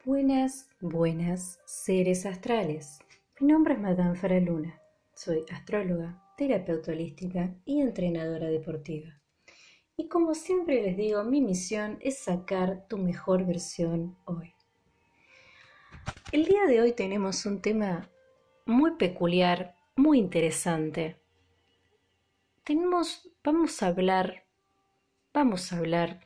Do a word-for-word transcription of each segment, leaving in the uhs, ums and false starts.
Buenas, buenas seres astrales. Mi nombre es Madame Faraluna. Soy astróloga, terapeuta holística y entrenadora deportiva. Y como siempre les digo, mi misión es sacar tu mejor versión hoy. El día de hoy tenemos un tema muy peculiar, muy interesante. Tenemos, vamos a hablar, vamos a hablar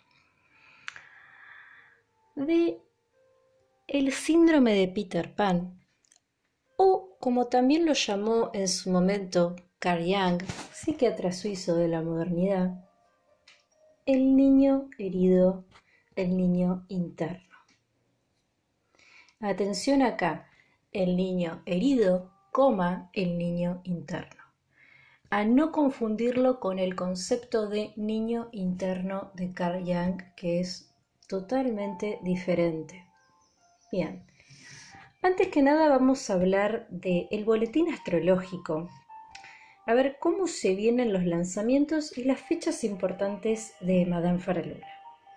de el síndrome de Peter Pan, o como también lo llamó en su momento Carl Jung, psiquiatra suizo de la modernidad, el niño herido, el niño interno. Atención acá, el niño herido, coma, el niño interno. A no confundirlo con el concepto de niño interno de Carl Jung, que es totalmente diferente. Bien. Antes que nada vamos a hablar del boletín astrológico, a ver cómo se vienen los lanzamientos y las fechas importantes de Madame Faraluna.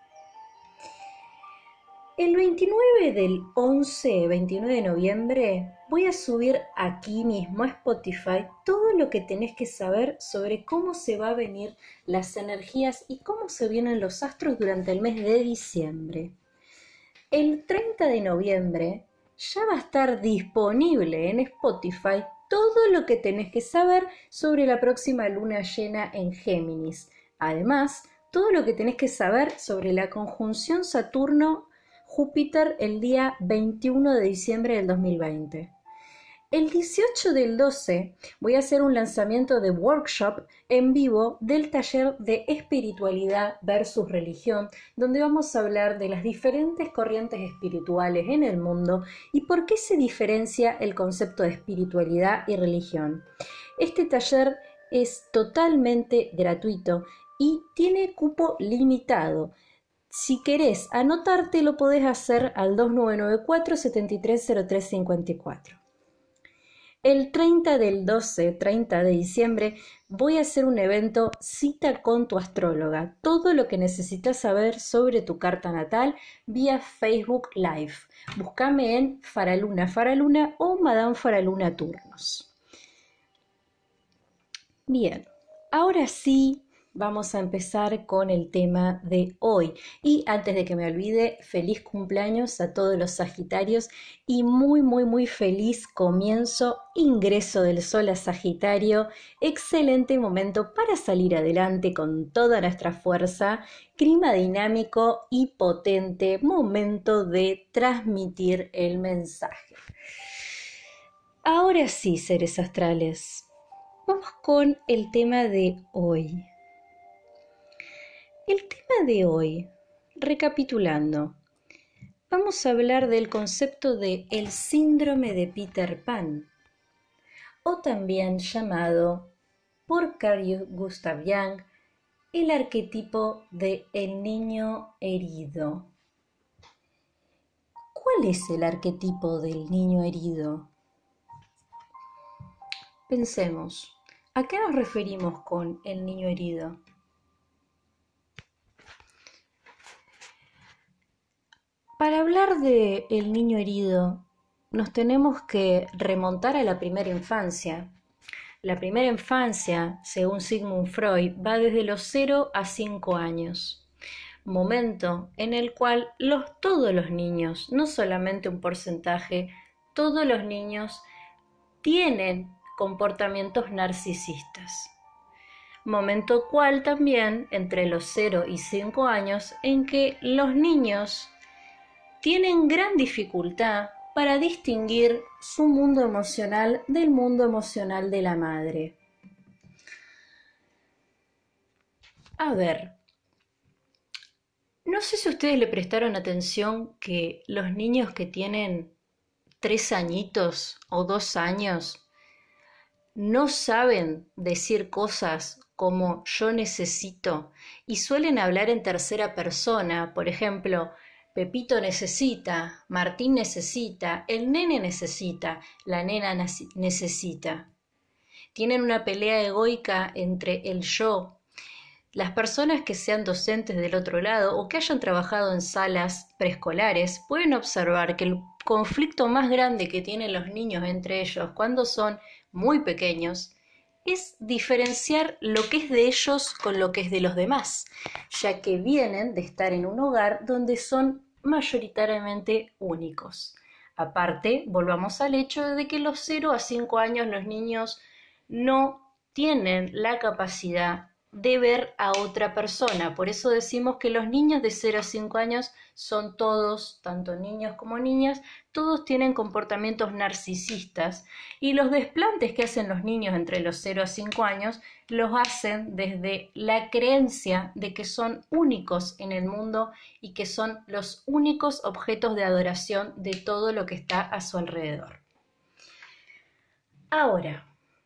El veintinueve del once, veintinueve de noviembre, voy a subir aquí mismo a Spotify todo lo que tenés que saber sobre cómo se va a venir las energías y cómo se vienen los astros durante el mes de diciembre. El treinta de noviembre ya va a estar disponible en Spotify todo lo que tenés que saber sobre la próxima luna llena en Géminis. Además, todo lo que tenés que saber sobre la conjunción Saturno-Júpiter el día veintiuno de diciembre del dos mil veinte. El dieciocho del doce voy a hacer un lanzamiento de workshop en vivo del taller de espiritualidad versus religión, donde vamos a hablar de las diferentes corrientes espirituales en el mundo y por qué se diferencia el concepto de espiritualidad y religión. Este taller es totalmente gratuito y tiene cupo limitado. Si querés anotarte, lo podés hacer al dos nueve nueve cuatro, siete tres cero tres cinco cuatro. El treinta del doce, treinta de diciembre, voy a hacer un evento Cita con tu astróloga. Todo lo que necesitas saber sobre tu carta natal vía Facebook Live. Búscame en Faraluna Faraluna o Madame Faraluna Turnos. Bien, ahora sí vamos a empezar con el tema de hoy. Y antes de que me olvide, feliz cumpleaños a todos los Sagitarios y muy, muy, muy feliz comienzo, ingreso del Sol a Sagitario. Excelente momento para salir adelante con toda nuestra fuerza. Clima dinámico y potente, momento de transmitir el mensaje. Ahora sí, seres astrales, vamos con el tema de hoy. El tema de hoy, recapitulando, vamos a hablar del concepto de el síndrome de Peter Pan, o también llamado por Carl Gustav Jung el arquetipo de el niño herido. ¿Cuál es el arquetipo del niño herido? Pensemos, ¿a qué nos referimos con el niño herido? Para hablar de el niño herido, nos tenemos que remontar a la primera infancia. La primera infancia, según Sigmund Freud, va desde los cero a cinco años, momento en el cual los, todos los niños, no solamente un porcentaje, todos los niños tienen comportamientos narcisistas. Momento cual también entre los cero y cinco años en que los niños tienen gran dificultad para distinguir su mundo emocional del mundo emocional de la madre. A ver, no sé si ustedes le prestaron atención que los niños que tienen tres añitos o dos años no saben decir cosas como yo necesito y suelen hablar en tercera persona, por ejemplo, Pepito necesita, Martín necesita, el nene necesita, la nena necesita. Tienen una pelea egoica entre el yo, Las personas que sean docentes del otro lado o que hayan trabajado en salas preescolares pueden observar que el conflicto más grande que tienen los niños entre ellos cuando son muy pequeños es diferenciar lo que es de ellos con lo que es de los demás, ya que vienen de estar en un hogar donde son mayoritariamente únicos. Aparte, volvamos al hecho de que los cero a cinco años los niños no tienen la capacidad de ver a otra persona. Por eso decimos que los niños de cero a cinco años son todos, tanto niños como niñas, todos tienen comportamientos narcisistas y los desplantes que hacen los niños entre los cero a cinco años los hacen desde la creencia de que son únicos en el mundo y que son los únicos objetos de adoración de todo lo que está a su alrededor. Ahora,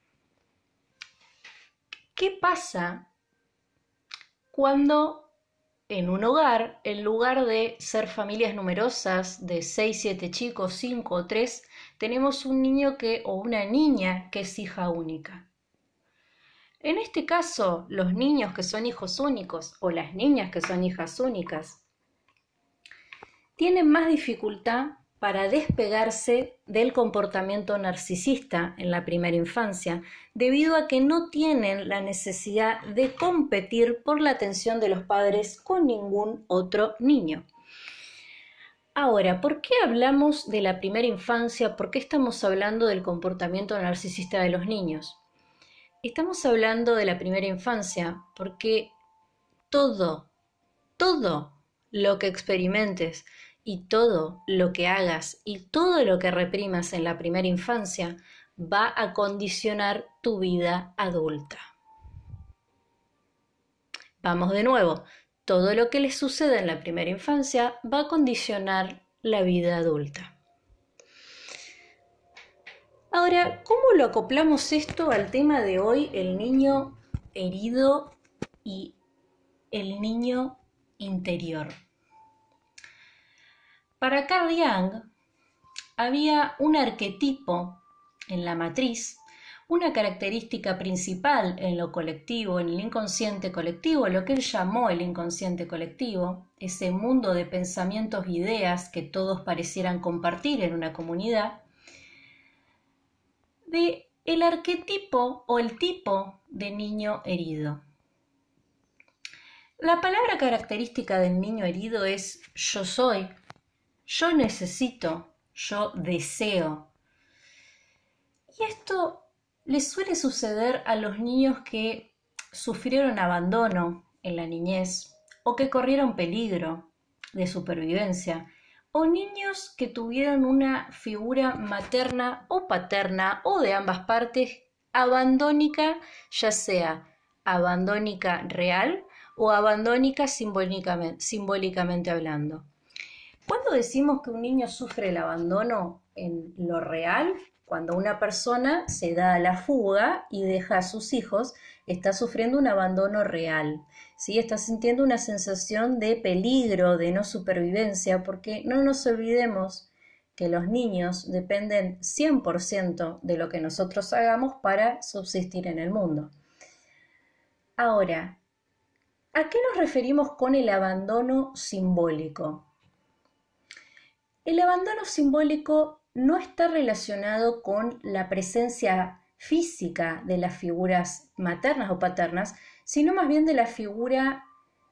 ¿qué pasa cuando en un hogar, en lugar de ser familias numerosas de seis, siete chicos, cinco o tres, tenemos un niño que, o una niña que es hija única? En este caso, los niños que son hijos únicos o las niñas que son hijas únicas tienen más dificultad para despegarse del comportamiento narcisista en la primera infancia, debido a que no tienen la necesidad de competir por la atención de los padres con ningún otro niño. Ahora, ¿por qué hablamos de la primera infancia? ¿Por qué estamos hablando del comportamiento narcisista de los niños? Estamos hablando de la primera infancia porque todo, todo lo que experimentes y todo lo que hagas y todo lo que reprimas en la primera infancia va a condicionar tu vida adulta. Vamos de nuevo, todo lo que les sucede en la primera infancia va a condicionar la vida adulta. Ahora, ¿cómo lo acoplamos esto al tema de hoy, el niño herido y el niño interior? Para Carl Jung había un arquetipo en la matriz, una característica principal en lo colectivo, en el inconsciente colectivo, lo que él llamó el inconsciente colectivo, ese mundo de pensamientos e ideas que todos parecieran compartir en una comunidad, de el arquetipo o el tipo de niño herido. La palabra característica del niño herido es yo soy, yo necesito, yo deseo. Y esto le suele suceder a los niños que sufrieron abandono en la niñez o que corrieron peligro de supervivencia, o niños que tuvieron una figura materna o paterna o de ambas partes abandónica, ya sea abandónica real o abandónica simbólicamente, simbólicamente hablando. Cuando decimos que un niño sufre el abandono en lo real, cuando una persona se da a la fuga y deja a sus hijos, está sufriendo un abandono real, ¿sí? Está sintiendo una sensación de peligro, de no supervivencia, porque no nos olvidemos que los niños dependen cien por ciento de lo que nosotros hagamos para subsistir en el mundo. Ahora, ¿a qué nos referimos con el abandono simbólico? El abandono simbólico no está relacionado con la presencia física de las figuras maternas o paternas, sino más bien de la figura,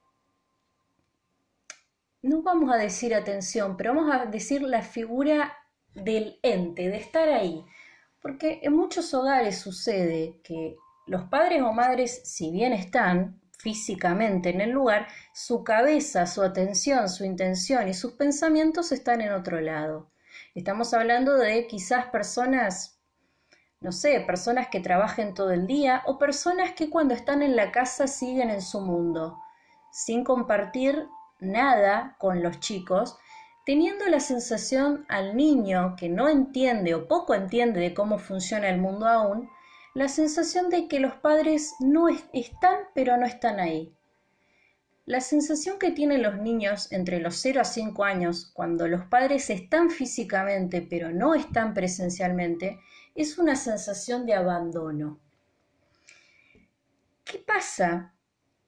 no vamos a decir atención, pero vamos a decir la figura del ente, de estar ahí. Porque en muchos hogares sucede que los padres o madres, si bien están físicamente en el lugar, su cabeza, su atención, su intención y sus pensamientos están en otro lado. Estamos hablando de quizás personas, no sé, personas que trabajen todo el día o personas que cuando están en la casa siguen en su mundo, sin compartir nada con los chicos, teniendo la sensación al niño que no entiende o poco entiende de cómo funciona el mundo aún, la sensación de que los padres no est- están pero no están ahí. La sensación que tienen los niños entre los cero a cinco años cuando los padres están físicamente pero no están presencialmente es una sensación de abandono. ¿Qué pasa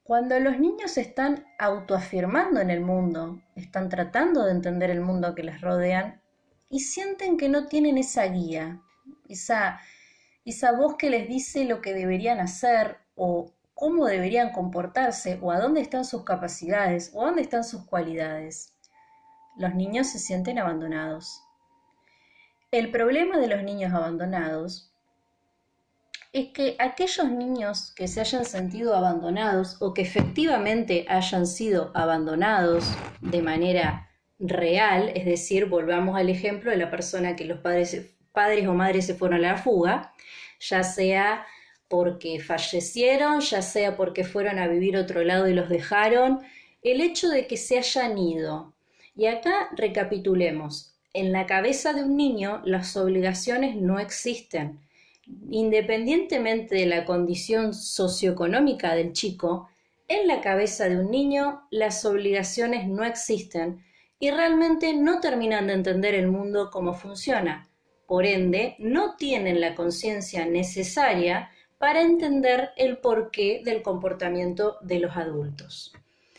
Cuando los niños están autoafirmando en el mundo, están tratando de entender el mundo que les rodean y sienten que no tienen esa guía, esa, esa voz que les dice lo que deberían hacer o cómo deberían comportarse o a dónde están sus capacidades o a dónde están sus cualidades. Los niños se sienten abandonados. El problema de los niños abandonados es que aquellos niños que se hayan sentido abandonados o que efectivamente hayan sido abandonados de manera real, es decir, volvamos al ejemplo de la persona que los padres, padres o madres se fueron a la fuga, ya sea porque fallecieron, ya sea porque fueron a vivir a otro lado y los dejaron, el hecho de que se hayan ido. Y acá recapitulemos, en la cabeza de un niño las obligaciones no existen. Independientemente de la condición socioeconómica del chico, en la cabeza de un niño las obligaciones no existen y realmente no terminan de entender el mundo cómo funciona. Por ende, no tienen la conciencia necesaria para entender el porqué del comportamiento de los adultos.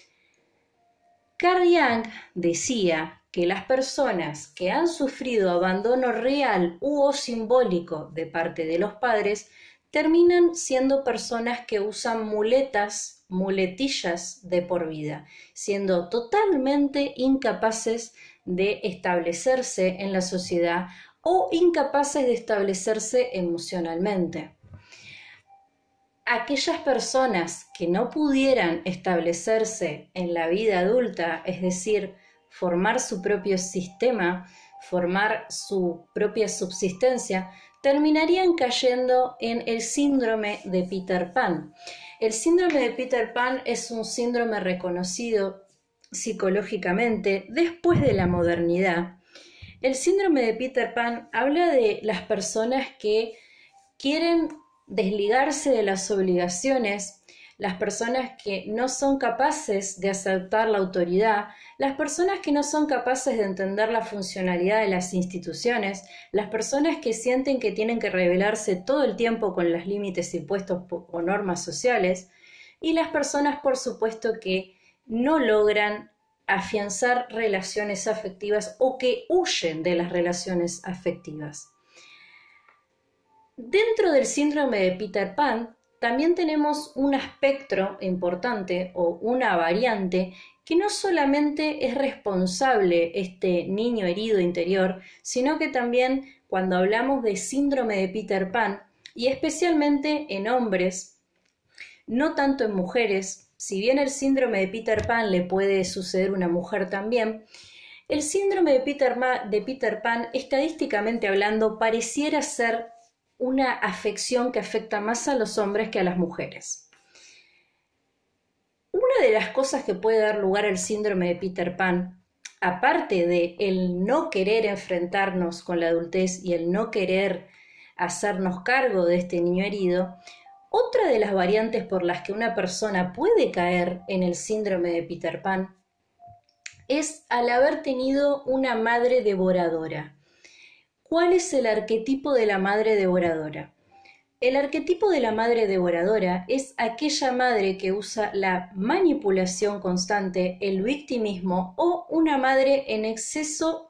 Carl Jung decía que las personas que han sufrido abandono real u o simbólico de parte de los padres terminan siendo personas que usan muletas, muletillas de por vida, siendo totalmente incapaces de establecerse en la sociedad o incapaces de establecerse emocionalmente. Aquellas personas que no pudieran establecerse en la vida adulta, es decir, formar su propio sistema, formar su propia subsistencia, terminarían cayendo en el síndrome de Peter Pan. El síndrome de Peter Pan es un síndrome reconocido psicológicamente después de la modernidad. El síndrome de Peter Pan habla de las personas que quieren desligarse de las obligaciones, las personas que no son capaces de aceptar la autoridad, las personas que no son capaces de entender la funcionalidad de las instituciones, las personas que sienten que tienen que rebelarse todo el tiempo con los límites impuestos o normas sociales, y las personas, por supuesto, que no logran afianzar relaciones afectivas o que huyen de las relaciones afectivas. Dentro del síndrome de Peter Pan también tenemos un espectro importante o una variante que no solamente es responsable este niño herido interior, sino que también cuando hablamos de síndrome de Peter Pan, y especialmente en hombres, no tanto en mujeres, si bien el síndrome de Peter Pan le puede suceder a una mujer también, el síndrome de Peter, de Peter Pan, estadísticamente hablando, pareciera ser una afección que afecta más a los hombres que a las mujeres. Una de las cosas que puede dar lugar al síndrome de Peter Pan, aparte de el no querer enfrentarnos con la adultez y el no querer hacernos cargo de este niño herido, otra de las variantes por las que una persona puede caer en el síndrome de Peter Pan es al haber tenido una madre devoradora. ¿Cuál es el arquetipo de la madre devoradora? El arquetipo de la madre devoradora es aquella madre que usa la manipulación constante, el victimismo o una madre en exceso,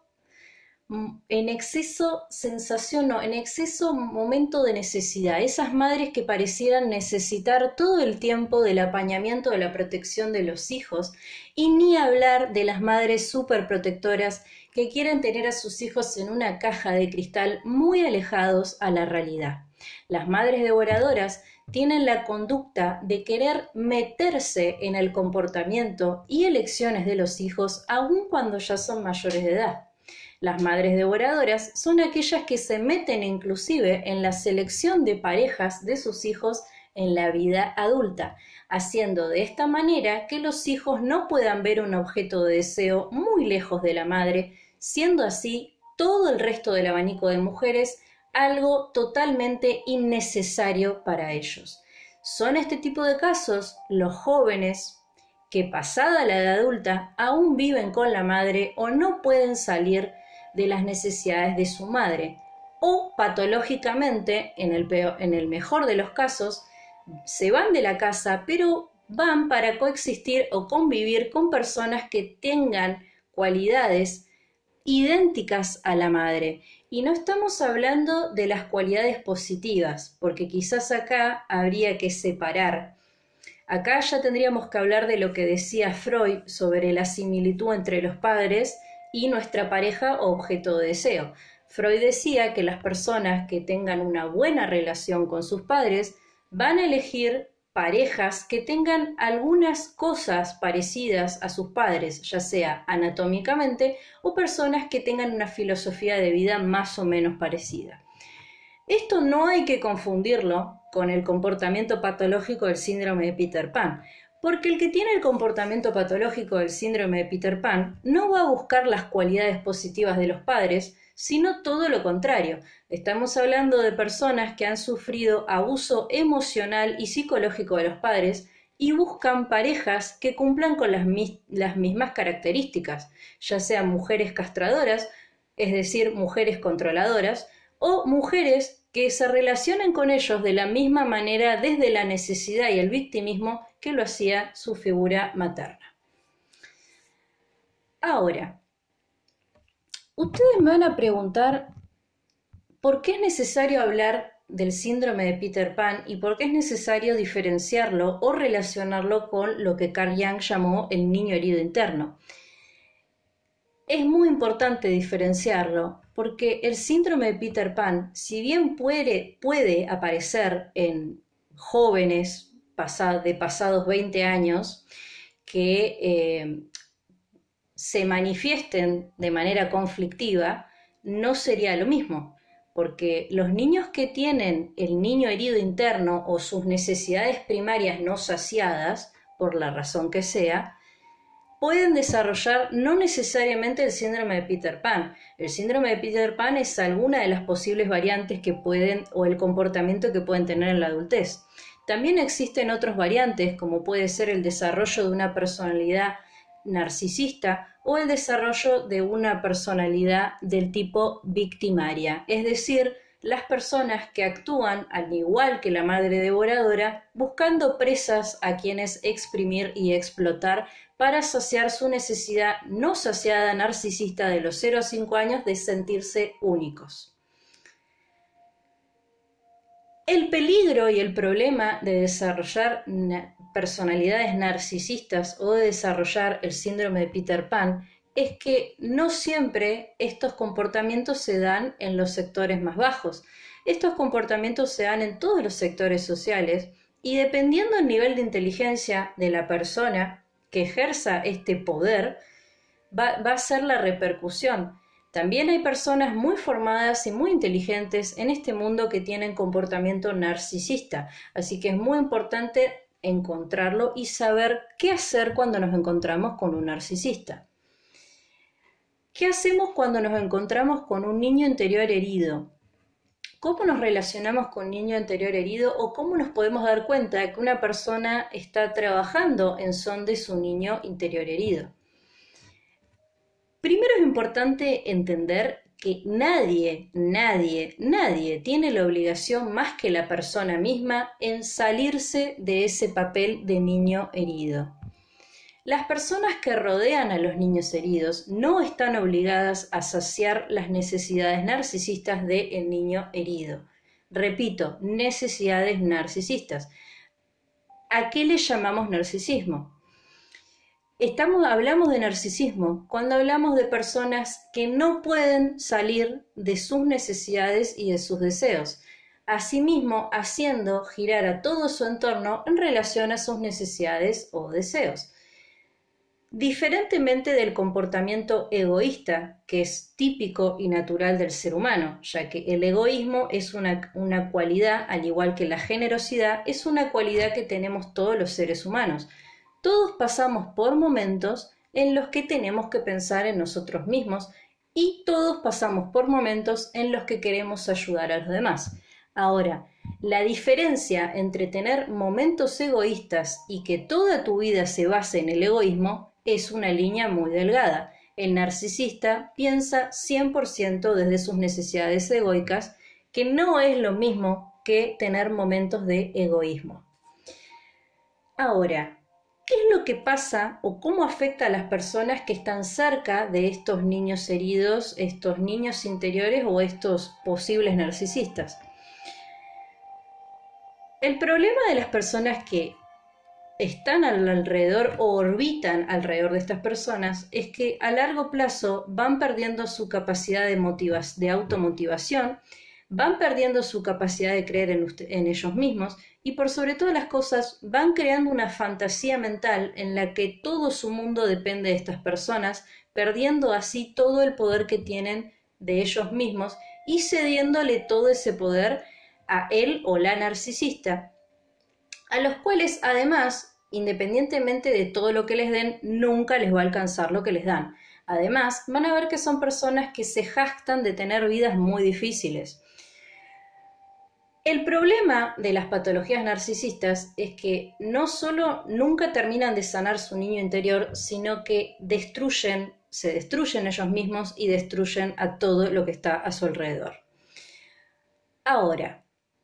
en exceso sensación, no, en exceso momento de necesidad. Esas madres que parecieran necesitar todo el tiempo del apañamiento, de la protección de los hijos, y ni hablar de las madres superprotectoras que quieren tener a sus hijos en una caja de cristal muy alejados a la realidad. Las madres devoradoras tienen la conducta de querer meterse en el comportamiento y elecciones de los hijos aun cuando ya son mayores de edad. Las madres devoradoras son aquellas que se meten inclusive en la selección de parejas de sus hijos en la vida adulta, haciendo de esta manera que los hijos no puedan ver un objeto de deseo muy lejos de la madre, siendo así todo el resto del abanico de mujeres algo totalmente innecesario para ellos. Son este tipo de casos los jóvenes que pasada la edad adulta aún viven con la madre o no pueden salir de las necesidades de su madre, o patológicamente, en el peor, en el mejor de los casos, se van de la casa, pero van para coexistir o convivir con personas que tengan cualidades idénticas a la madre. Y no estamos hablando de las cualidades positivas, porque quizás acá habría que separar. Acá ya tendríamos que hablar de lo que decía Freud sobre la similitud entre los padres y nuestra pareja o objeto de deseo. Freud decía que las personas que tengan una buena relación con sus padres van a elegir parejas que tengan algunas cosas parecidas a sus padres, ya sea anatómicamente, o personas que tengan una filosofía de vida más o menos parecida. Esto no hay que confundirlo con el comportamiento patológico del síndrome de Peter Pan, porque el que tiene el comportamiento patológico del síndrome de Peter Pan no va a buscar las cualidades positivas de los padres, sino todo lo contrario. Estamos hablando de personas que han sufrido abuso emocional y psicológico de los padres y buscan parejas que cumplan con las, mis las mismas características, ya sean mujeres castradoras, es decir, mujeres controladoras, o mujeres que se relacionen con ellos de la misma manera desde la necesidad y el victimismo que lo hacía su figura materna. Ahora, ustedes me van a preguntar por qué es necesario hablar del síndrome de Peter Pan y por qué es necesario diferenciarlo o relacionarlo con lo que Carl Jung llamó el niño herido interno. Es muy importante diferenciarlo porque el síndrome de Peter Pan, si bien puede, puede aparecer en jóvenes de pasados veinte años que eh, se manifiesten de manera conflictiva, no sería lo mismo, porque los niños que tienen el niño herido interno o sus necesidades primarias no saciadas, por la razón que sea, pueden desarrollar no necesariamente el síndrome de Peter Pan. El síndrome de Peter Pan es alguna de las posibles variantes que pueden, o el comportamiento que pueden tener en la adultez. También existen otras variantes, como puede ser el desarrollo de una personalidad narcisista o el desarrollo de una personalidad del tipo victimaria, es decir, las personas que actúan al igual que la madre devoradora, buscando presas a quienes exprimir y explotar para saciar su necesidad no saciada narcisista de los cero a cinco años de sentirse únicos. El peligro y el problema de desarrollar personalidades narcisistas o de desarrollar el síndrome de Peter Pan es que no siempre estos comportamientos se dan en los sectores más bajos. Estos comportamientos se dan en todos los sectores sociales y dependiendo del nivel de inteligencia de la persona que ejerza este poder, va, va a ser la repercusión. También hay personas muy formadas y muy inteligentes en este mundo que tienen comportamiento narcisista, así que es muy importante encontrarlo y saber qué hacer cuando nos encontramos con un narcisista. ¿Qué hacemos cuando nos encontramos con un niño interior herido? ¿Cómo nos relacionamos con un niño interior herido o cómo nos podemos dar cuenta de que una persona está trabajando en son de su niño interior herido? Primero es importante entender que nadie, nadie, nadie tiene la obligación más que la persona misma en salirse de ese papel de niño herido. Las personas que rodean a los niños heridos no están obligadas a saciar las necesidades narcisistas del niño herido. Repito, necesidades narcisistas. ¿A qué le llamamos narcisismo? Estamos, hablamos de narcisismo cuando hablamos de personas que no pueden salir de sus necesidades y de sus deseos, asimismo haciendo girar a todo su entorno en relación a sus necesidades o deseos. Diferentemente del comportamiento egoísta, que es típico y natural del ser humano, ya que el egoísmo es una, una cualidad, al igual que la generosidad, es una cualidad que tenemos todos los seres humanos. Todos pasamos por momentos en los que tenemos que pensar en nosotros mismos y todos pasamos por momentos en los que queremos ayudar a los demás. Ahora, la diferencia entre tener momentos egoístas y que toda tu vida se base en el egoísmo es una línea muy delgada. El narcisista piensa cien por ciento desde sus necesidades egoicas, que no es lo mismo que tener momentos de egoísmo. Ahora, ¿qué es lo que pasa o cómo afecta a las personas que están cerca de estos niños heridos, estos niños interiores o estos posibles narcisistas? El problema de las personas que están alrededor o orbitan alrededor de estas personas es que a largo plazo van perdiendo su capacidad de, motiva- de automotivación, van perdiendo su capacidad de creer en, usted- en ellos mismos y por sobre todas las cosas van creando una fantasía mental en la que todo su mundo depende de estas personas, perdiendo así todo el poder que tienen de ellos mismos y cediéndole todo ese poder a él o la narcisista, a los cuales además, independientemente de todo lo que les den, nunca les va a alcanzar lo que les dan. Además, van a ver que son personas que se jactan de tener vidas muy difíciles. El problema de las patologías narcisistas es que no solo nunca terminan de sanar su niño interior, sino que destruyen, se destruyen ellos mismos y destruyen a todo lo que está a su alrededor. Ahora,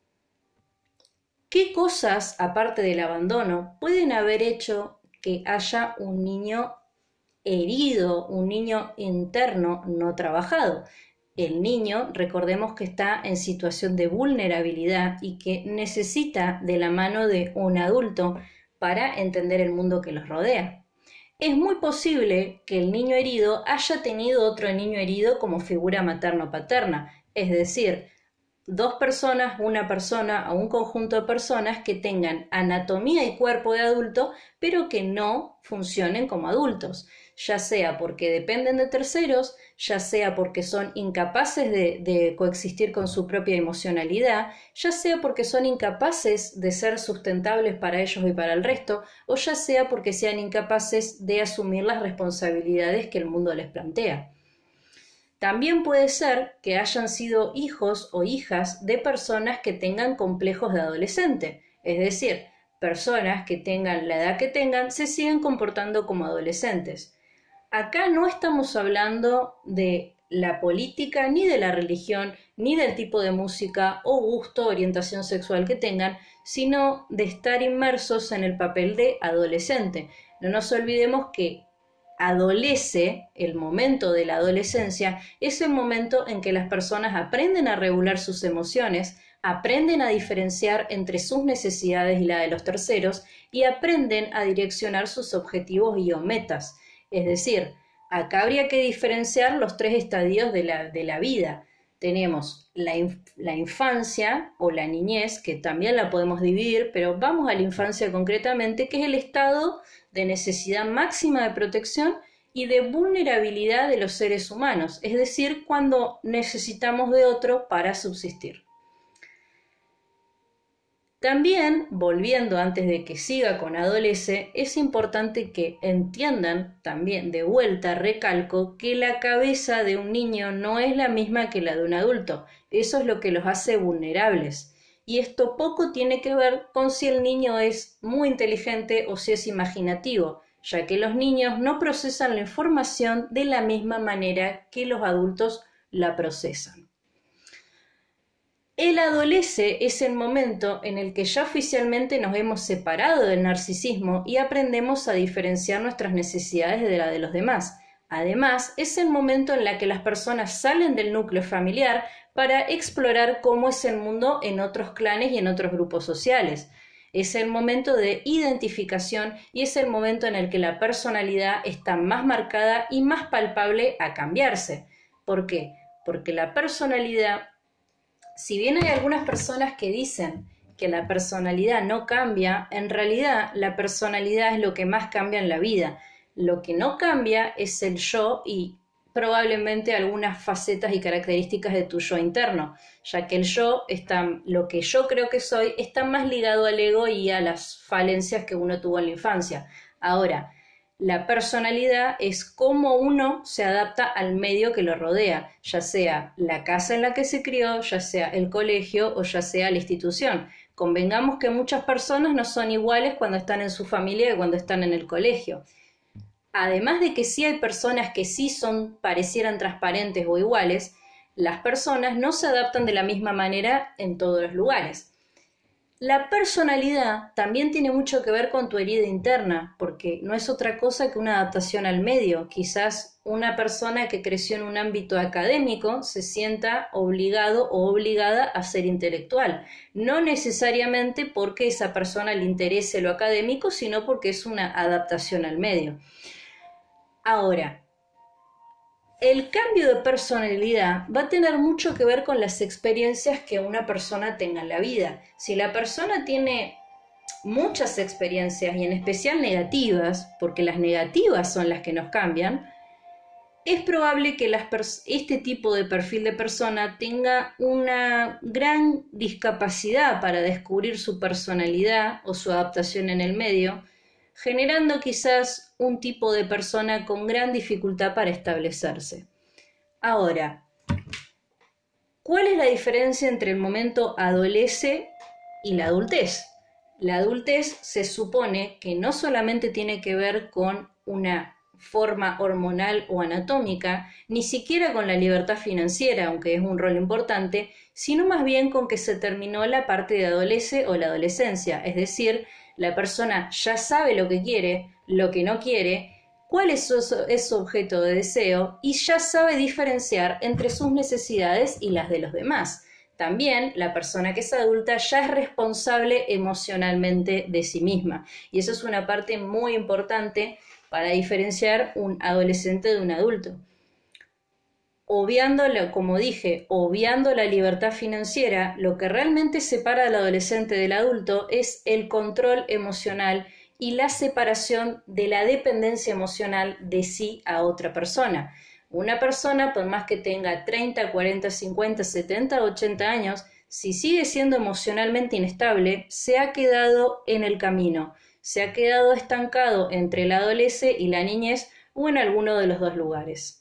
¿qué cosas, aparte del abandono, pueden haber hecho que haya un niño herido, un niño interno no trabajado? El niño, recordemos que está en situación de vulnerabilidad y que necesita de la mano de un adulto para entender el mundo que los rodea. Es muy posible que el niño herido haya tenido otro niño herido como figura materno-paterna, es decir, dos personas, una persona o un conjunto de personas que tengan anatomía y cuerpo de adulto, pero que no funcionen como adultos, ya sea porque dependen de terceros, ya sea porque son incapaces de, de coexistir con su propia emocionalidad, ya sea porque son incapaces de ser sustentables para ellos y para el resto, o ya sea porque sean incapaces de asumir las responsabilidades que el mundo les plantea. También puede ser que hayan sido hijos o hijas de personas que tengan complejos de adolescente, es decir, personas que tengan la edad que tengan se siguen comportando como adolescentes. Acá no estamos hablando de la política, ni de la religión, ni del tipo de música o gusto o orientación sexual que tengan, sino de estar inmersos en el papel de adolescente. No nos olvidemos que adolece, el momento de la adolescencia, es el momento en que las personas aprenden a regular sus emociones, aprenden a diferenciar entre sus necesidades y la de los terceros y aprenden a direccionar sus objetivos y o metas. Es decir, acá habría que diferenciar los tres estadios de la, de la vida. Tenemos la, inf la infancia o la niñez, que también la podemos dividir, pero vamos a la infancia concretamente, que es el estado de necesidad máxima de protección y de vulnerabilidad de los seres humanos, es decir, cuando necesitamos de otro para subsistir. También, volviendo antes de que siga con adolece, es importante que entiendan, también de vuelta recalco, que la cabeza de un niño no es la misma que la de un adulto. Eso es lo que los hace vulnerables. Y esto poco tiene que ver con si el niño es muy inteligente o si es imaginativo, ya que los niños no procesan la información de la misma manera que los adultos la procesan. El adolece es el momento en el que ya oficialmente nos hemos separado del narcisismo y aprendemos a diferenciar nuestras necesidades de la de los demás. Además, es el momento en el que las personas salen del núcleo familiar para explorar cómo es el mundo en otros clanes y en otros grupos sociales. Es el momento de identificación y es el momento en el que la personalidad está más marcada y más palpable a cambiarse. ¿Por qué? Porque la personalidad, si bien hay algunas personas que dicen que la personalidad no cambia, en realidad la personalidad es lo que más cambia en la vida. Lo que no cambia es el yo y probablemente algunas facetas y características de tu yo interno, ya que el yo está, lo que yo creo que soy, está más ligado al ego y a las falencias que uno tuvo en la infancia. Ahora, la personalidad es cómo uno se adapta al medio que lo rodea, ya sea la casa en la que se crió, ya sea el colegio o ya sea la institución. Convengamos que muchas personas no son iguales cuando están en su familia que cuando están en el colegio. Además de que sí hay personas que sí son, parecieran transparentes o iguales, las personas no se adaptan de la misma manera en todos los lugares. La personalidad también tiene mucho que ver con tu herida interna, porque no es otra cosa que una adaptación al medio. Quizás una persona que creció en un ámbito académico se sienta obligado o obligada a ser intelectual. No necesariamente porque esa persona le interese lo académico, sino porque es una adaptación al medio. Ahora, el cambio de personalidad va a tener mucho que ver con las experiencias que una persona tenga en la vida. Si la persona tiene muchas experiencias y en especial negativas, porque las negativas son las que nos cambian, es probable que las este tipo de perfil de persona tenga una gran discapacidad para descubrir su personalidad o su adaptación en el medio, generando quizás un tipo de persona con gran dificultad para establecerse. Ahora, ¿cuál es la diferencia entre el momento adolescente y la adultez? La adultez se supone que no solamente tiene que ver con una forma hormonal o anatómica, ni siquiera con la libertad financiera, aunque es un rol importante, sino más bien con que se terminó la parte de adolescencia o la adolescencia, es decir, la persona ya sabe lo que quiere, lo que no quiere, cuál es su, es su objeto de deseo y ya sabe diferenciar entre sus necesidades y las de los demás. También la persona que es adulta ya es responsable emocionalmente de sí misma y eso es una parte muy importante para diferenciar un adolescente de un adulto. Obviando, como dije, obviando la libertad financiera, lo que realmente separa al adolescente del adulto es el control emocional y la separación de la dependencia emocional de sí a otra persona. Una persona, por más que tenga treinta, cuarenta, cincuenta, setenta, ochenta años, si sigue siendo emocionalmente inestable, se ha quedado en el camino, se ha quedado estancado entre la adolescencia y la niñez o en alguno de los dos lugares.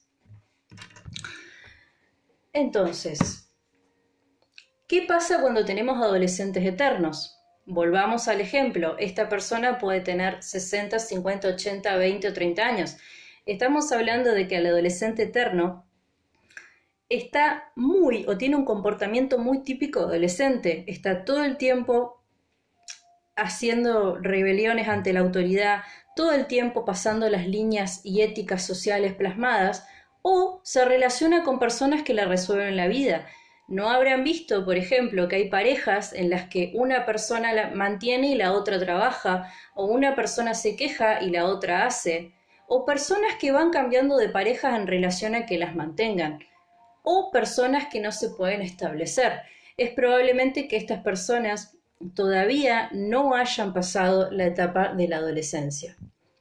Entonces, ¿qué pasa cuando tenemos adolescentes eternos? Volvamos al ejemplo, esta persona puede tener sesenta, cincuenta, ochenta, veinte o treinta años. Estamos hablando de que el adolescente eterno está muy o tiene un comportamiento muy típico adolescente, está todo el tiempo haciendo rebeliones ante la autoridad, todo el tiempo pasando las líneas y éticas sociales plasmadas, o se relaciona con personas que la resuelven la vida. No habrán visto, por ejemplo, que hay parejas en las que una persona la mantiene y la otra trabaja, o una persona se queja y la otra hace, o personas que van cambiando de parejas en relación a que las mantengan, o personas que no se pueden establecer. Es probablemente que estas personas todavía no hayan pasado la etapa de la adolescencia.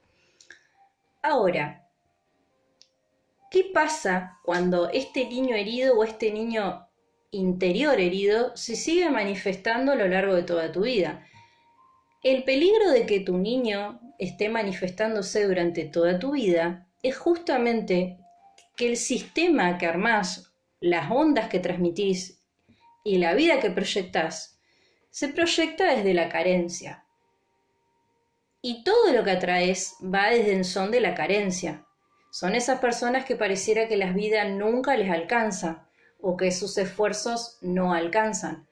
Ahora, ¿qué pasa cuando este niño herido o este niño interior herido se sigue manifestando a lo largo de toda tu vida? El peligro de que tu niño esté manifestándose durante toda tu vida es justamente que el sistema que armás, las ondas que transmitís y la vida que proyectás, se proyecta desde la carencia. Y todo lo que atraes va desde el son de la carencia. Son esas personas que pareciera que la vida nunca les alcanza o que sus esfuerzos no alcanzan.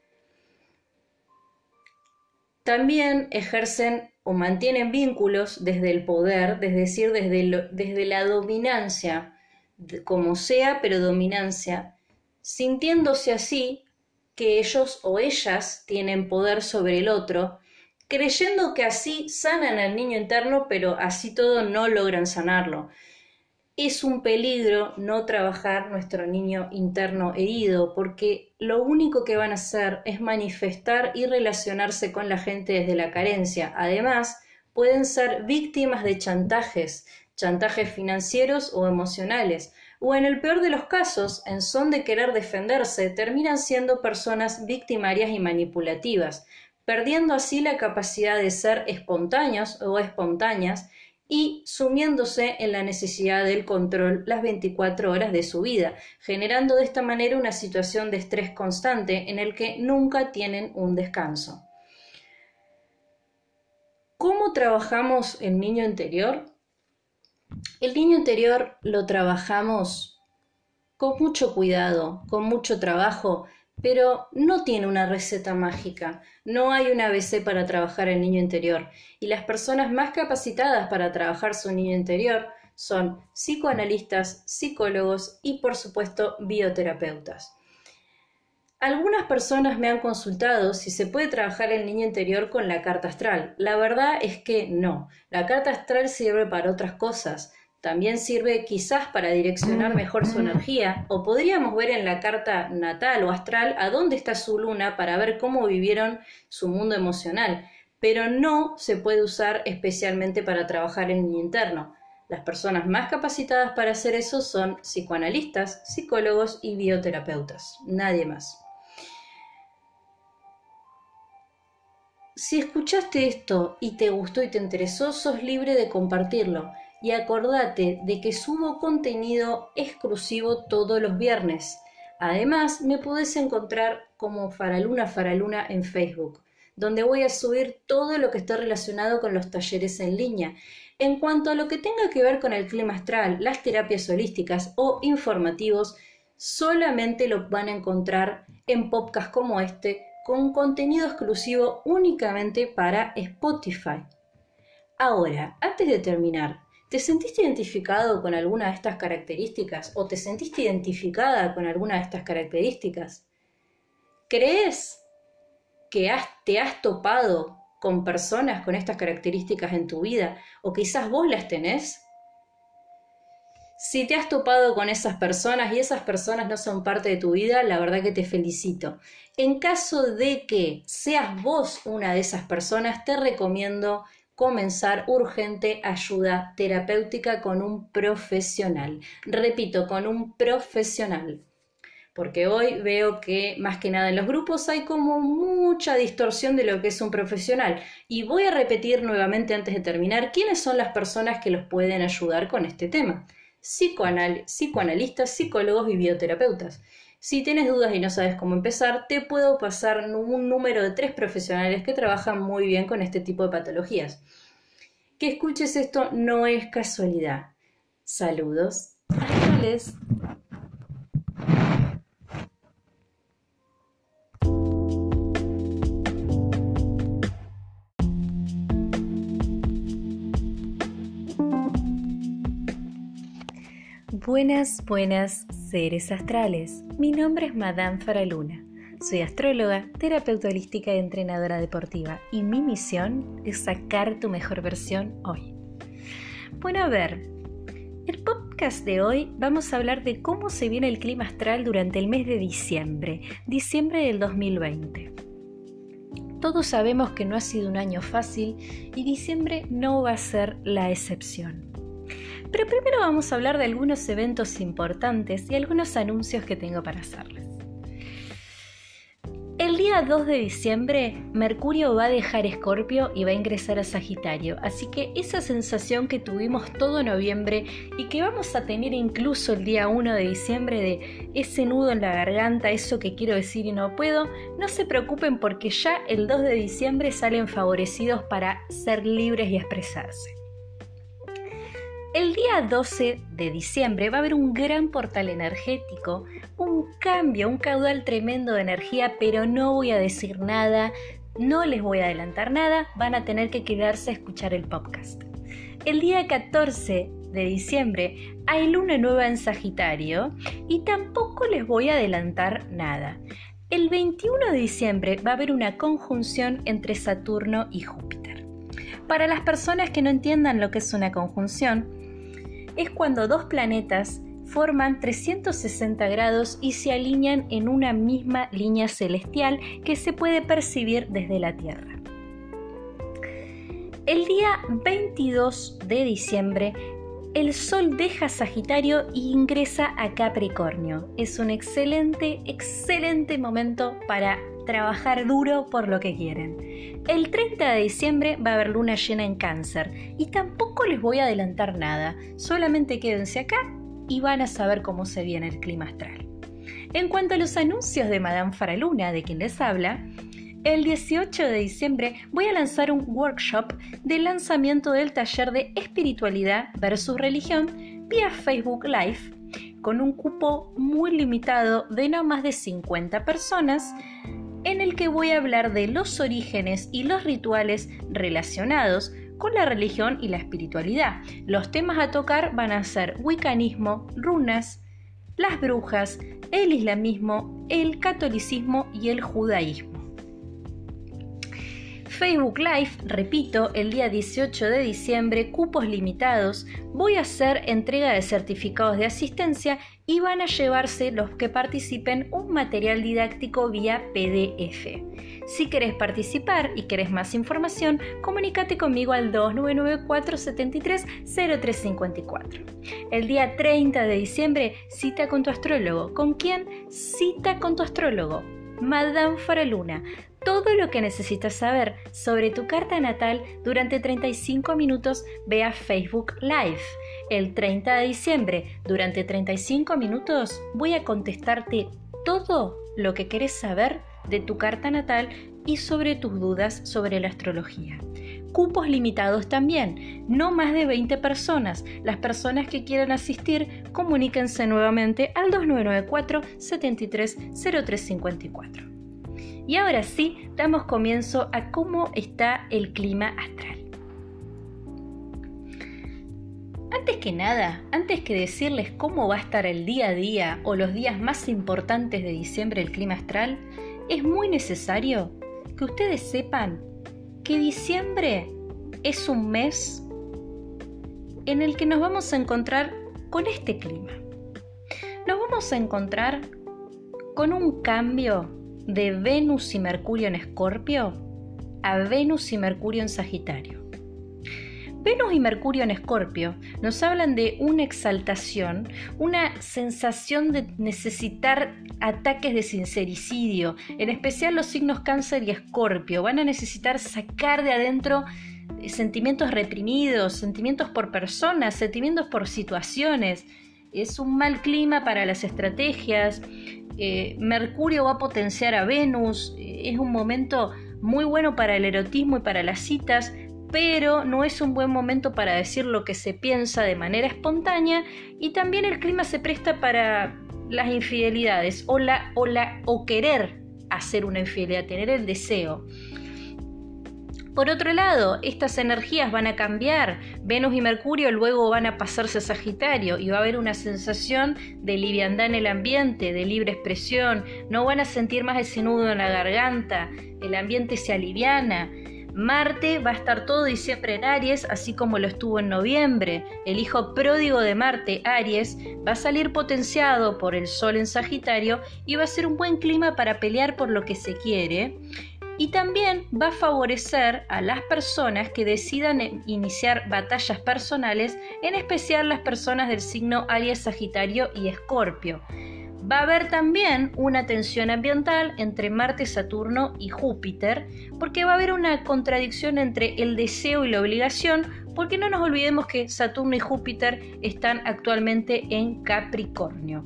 También ejercen o mantienen vínculos desde el poder, es decir, desde, lo, desde la dominancia, como sea, pero dominancia, sintiéndose así que ellos o ellas tienen poder sobre el otro, creyendo que así sanan al niño interno, pero así todo no logran sanarlo. Es un peligro no trabajar nuestro niño interno herido, porque lo único que van a hacer es manifestar y relacionarse con la gente desde la carencia. Además, pueden ser víctimas de chantajes, chantajes financieros o emocionales, o en el peor de los casos, en son de querer defenderse, terminan siendo personas victimarias y manipulativas, perdiendo así la capacidad de ser espontáneos o espontáneas, y sumiéndose en la necesidad del control las veinticuatro horas de su vida, generando de esta manera una situación de estrés constante en el que nunca tienen un descanso. ¿Cómo trabajamos el niño interior? El niño interior lo trabajamos con mucho cuidado, con mucho trabajo, pero no tiene una receta mágica, no hay una A B C para trabajar el niño interior, y las personas más capacitadas para trabajar su niño interior son psicoanalistas, psicólogos y, por supuesto, bioterapeutas. Algunas personas me han consultado si se puede trabajar el niño interior con la carta astral. La verdad es que no. La carta astral sirve para otras cosas. También sirve quizás para direccionar mejor su energía, o podríamos ver en la carta natal o astral a dónde está su luna para ver cómo vivieron su mundo emocional, pero no se puede usar especialmente para trabajar el niño interno. Las personas más capacitadas para hacer eso son psicoanalistas, psicólogos y bioterapeutas, nadie más. Si escuchaste esto y te gustó y te interesó, sos libre de compartirlo. Y acordate de que subo contenido exclusivo todos los viernes. Además, me podés encontrar como Faraluna Faraluna en Facebook, donde voy a subir todo lo que esté relacionado con los talleres en línea. En cuanto a lo que tenga que ver con el clima astral, las terapias holísticas o informativos, solamente lo van a encontrar en podcasts como este, con contenido exclusivo únicamente para Spotify. Ahora, antes de terminar, ¿te sentiste identificado con alguna de estas características o te sentiste identificada con alguna de estas características? ¿Crees que has, te has topado con personas con estas características en tu vida o quizás vos las tenés? Si te has topado con esas personas y esas personas no son parte de tu vida, la verdad que te felicito. En caso de que seas vos una de esas personas, te recomiendo comenzar urgente ayuda terapéutica con un profesional. Repito, con un profesional. Porque hoy veo que más que nada en los grupos hay como mucha distorsión de lo que es un profesional. Y voy a repetir nuevamente antes de terminar quiénes son las personas que los pueden ayudar con este tema. Psicoanal- psicoanalistas, psicólogos y bioterapeutas. Si tienes dudas y no sabes cómo empezar, te puedo pasar un número de tres profesionales que trabajan muy bien con este tipo de patologías. Que escuches esto no es casualidad. Saludos astrales. Buenas, buenas seres astrales. Mi nombre es Madame Faraluna. Soy astróloga, terapeuta holística y entrenadora deportiva. Y mi misión es sacar tu mejor versión hoy. Bueno, a ver, el podcast de hoy vamos a hablar de cómo se viene el clima astral durante el mes de diciembre, diciembre del dos mil veinte. Todos sabemos que no ha sido un año fácil y diciembre no va a ser la excepción. Pero primero vamos a hablar de algunos eventos importantes y algunos anuncios que tengo para hacerles. El día dos de diciembre, Mercurio va a dejar Escorpio y va a ingresar a Sagitario, así que esa sensación que tuvimos todo noviembre y que vamos a tener incluso el día uno de diciembre de ese nudo en la garganta, eso que quiero decir y no puedo, no se preocupen porque ya el dos de diciembre salen favorecidos para ser libres y expresarse. El día doce de diciembre va a haber un gran portal energético, un cambio, un caudal tremendo de energía, pero no voy a decir nada, no les voy a adelantar nada, van a tener que quedarse a escuchar el podcast. El día catorce de diciembre hay luna nueva en Sagitario y tampoco les voy a adelantar nada. El veintiuno de diciembre va a haber una conjunción entre Saturno y Júpiter. Para las personas que no entiendan lo que es una conjunción, es cuando dos planetas forman trescientos sesenta grados y se alinean en una misma línea celestial que se puede percibir desde la Tierra. El día veintidós de diciembre, el Sol deja Sagitario e ingresa a Capricornio. Es un excelente, excelente momento para trabajar duro por lo que quieren. El treinta de diciembre va a haber luna llena en Cáncer y tampoco les voy a adelantar nada, solamente quédense acá y van a saber cómo se viene el clima astral. En cuanto a los anuncios de Madame Faraluna, de quien les habla, el dieciocho de diciembre voy a lanzar un workshop de lanzamiento del taller de espiritualidad versus religión vía Facebook Live con un cupo muy limitado de no más de cincuenta personas, en el que voy a hablar de los orígenes y los rituales relacionados con la religión y la espiritualidad. Los temas a tocar van a ser wiccanismo, runas, las brujas, el islamismo, el catolicismo y el judaísmo. Facebook Live, repito, el día dieciocho de diciembre, cupos limitados, voy a hacer entrega de certificados de asistencia y van a llevarse los que participen un material didáctico vía P D F. Si querés participar y querés más información, comunícate conmigo al dos nueve nueve cuatro siete tres cero tres cinco cuatro. El día treinta de diciembre, cita con tu astrólogo. ¿Con quién? Cita con tu astrólogo, Madame Faraluna. Todo lo que necesitas saber sobre tu carta natal durante treinta y cinco minutos, ve a Facebook Live. El treinta de diciembre, durante treinta y cinco minutos, voy a contestarte todo lo que querés saber de tu carta natal y sobre tus dudas sobre la astrología. Cupos limitados también, no más de veinte personas. Las personas que quieran asistir, comuníquense nuevamente al dos nueve nueve cuatro siete tres cero tres cinco cuatro. Y ahora sí, damos comienzo a cómo está el clima astral. Antes que nada, antes que decirles cómo va a estar el día a día o los días más importantes de diciembre el clima astral, es muy necesario que ustedes sepan que diciembre es un mes en el que nos vamos a encontrar con este clima. Nos vamos a encontrar con un cambio de Venus y Mercurio en Escorpio a Venus y Mercurio en Sagitario. Venus y Mercurio en Escorpio nos hablan de una exaltación, una sensación de necesitar ataques de sincericidio, en especial los signos Cáncer y Escorpio. Van a necesitar sacar de adentro sentimientos reprimidos, sentimientos por personas, sentimientos por situaciones. Es un mal clima para las estrategias. Eh, Mercurio va a potenciar a Venus, eh, es un momento muy bueno para el erotismo y para las citas, pero no es un buen momento para decir lo que se piensa de manera espontánea, y también el clima se presta para las infidelidades o, la, o, la, o querer hacer una infidelidad, tener el deseo. Por otro lado, estas energías van a cambiar. Venus y Mercurio luego van a pasarse a Sagitario y va a haber una sensación de liviandad en el ambiente, de libre expresión. No van a sentir más ese nudo en la garganta, el ambiente se aliviana. Marte va a estar todo diciembre en Aries, así como lo estuvo en noviembre. El hijo pródigo de Marte, Aries, va a salir potenciado por el Sol en Sagitario y va a ser un buen clima para pelear por lo que se quiere. Y también va a favorecer a las personas que decidan iniciar batallas personales, en especial las personas del signo Aries, Sagitario y Escorpio. Va a haber también una tensión ambiental entre Marte, Saturno y Júpiter, porque va a haber una contradicción entre el deseo y la obligación, porque no nos olvidemos que Saturno y Júpiter están actualmente en Capricornio.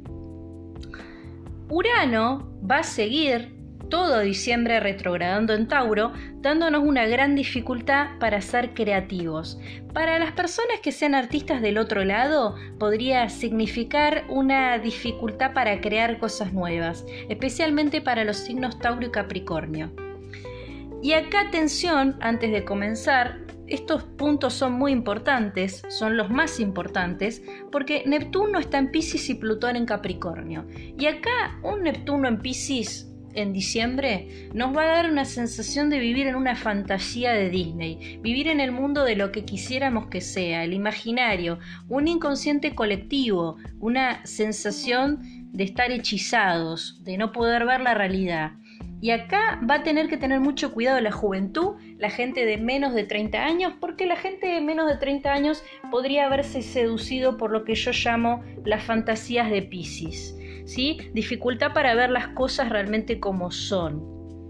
Urano va a seguir todo diciembre retrogradando en Tauro, dándonos una gran dificultad para ser creativos. Para las personas que sean artistas del otro lado, podría significar una dificultad para crear cosas nuevas, especialmente para los signos Tauro y Capricornio. Y acá, atención, antes de comenzar, estos puntos son muy importantes, son los más importantes, porque Neptuno está en Piscis y Plutón en Capricornio. Y acá, un Neptuno en Piscis en diciembre nos va a dar una sensación de vivir en una fantasía de Disney, vivir en el mundo de lo que quisiéramos que sea, el imaginario, un inconsciente colectivo, una sensación de estar hechizados, de no poder ver la realidad. Y acá va a tener que tener mucho cuidado la juventud, la gente de menos de treinta años, porque la gente de menos de treinta años podría haberse seducido por lo que yo llamo las fantasías de Piscis. ¿Sí? Dificultad para ver las cosas realmente como son.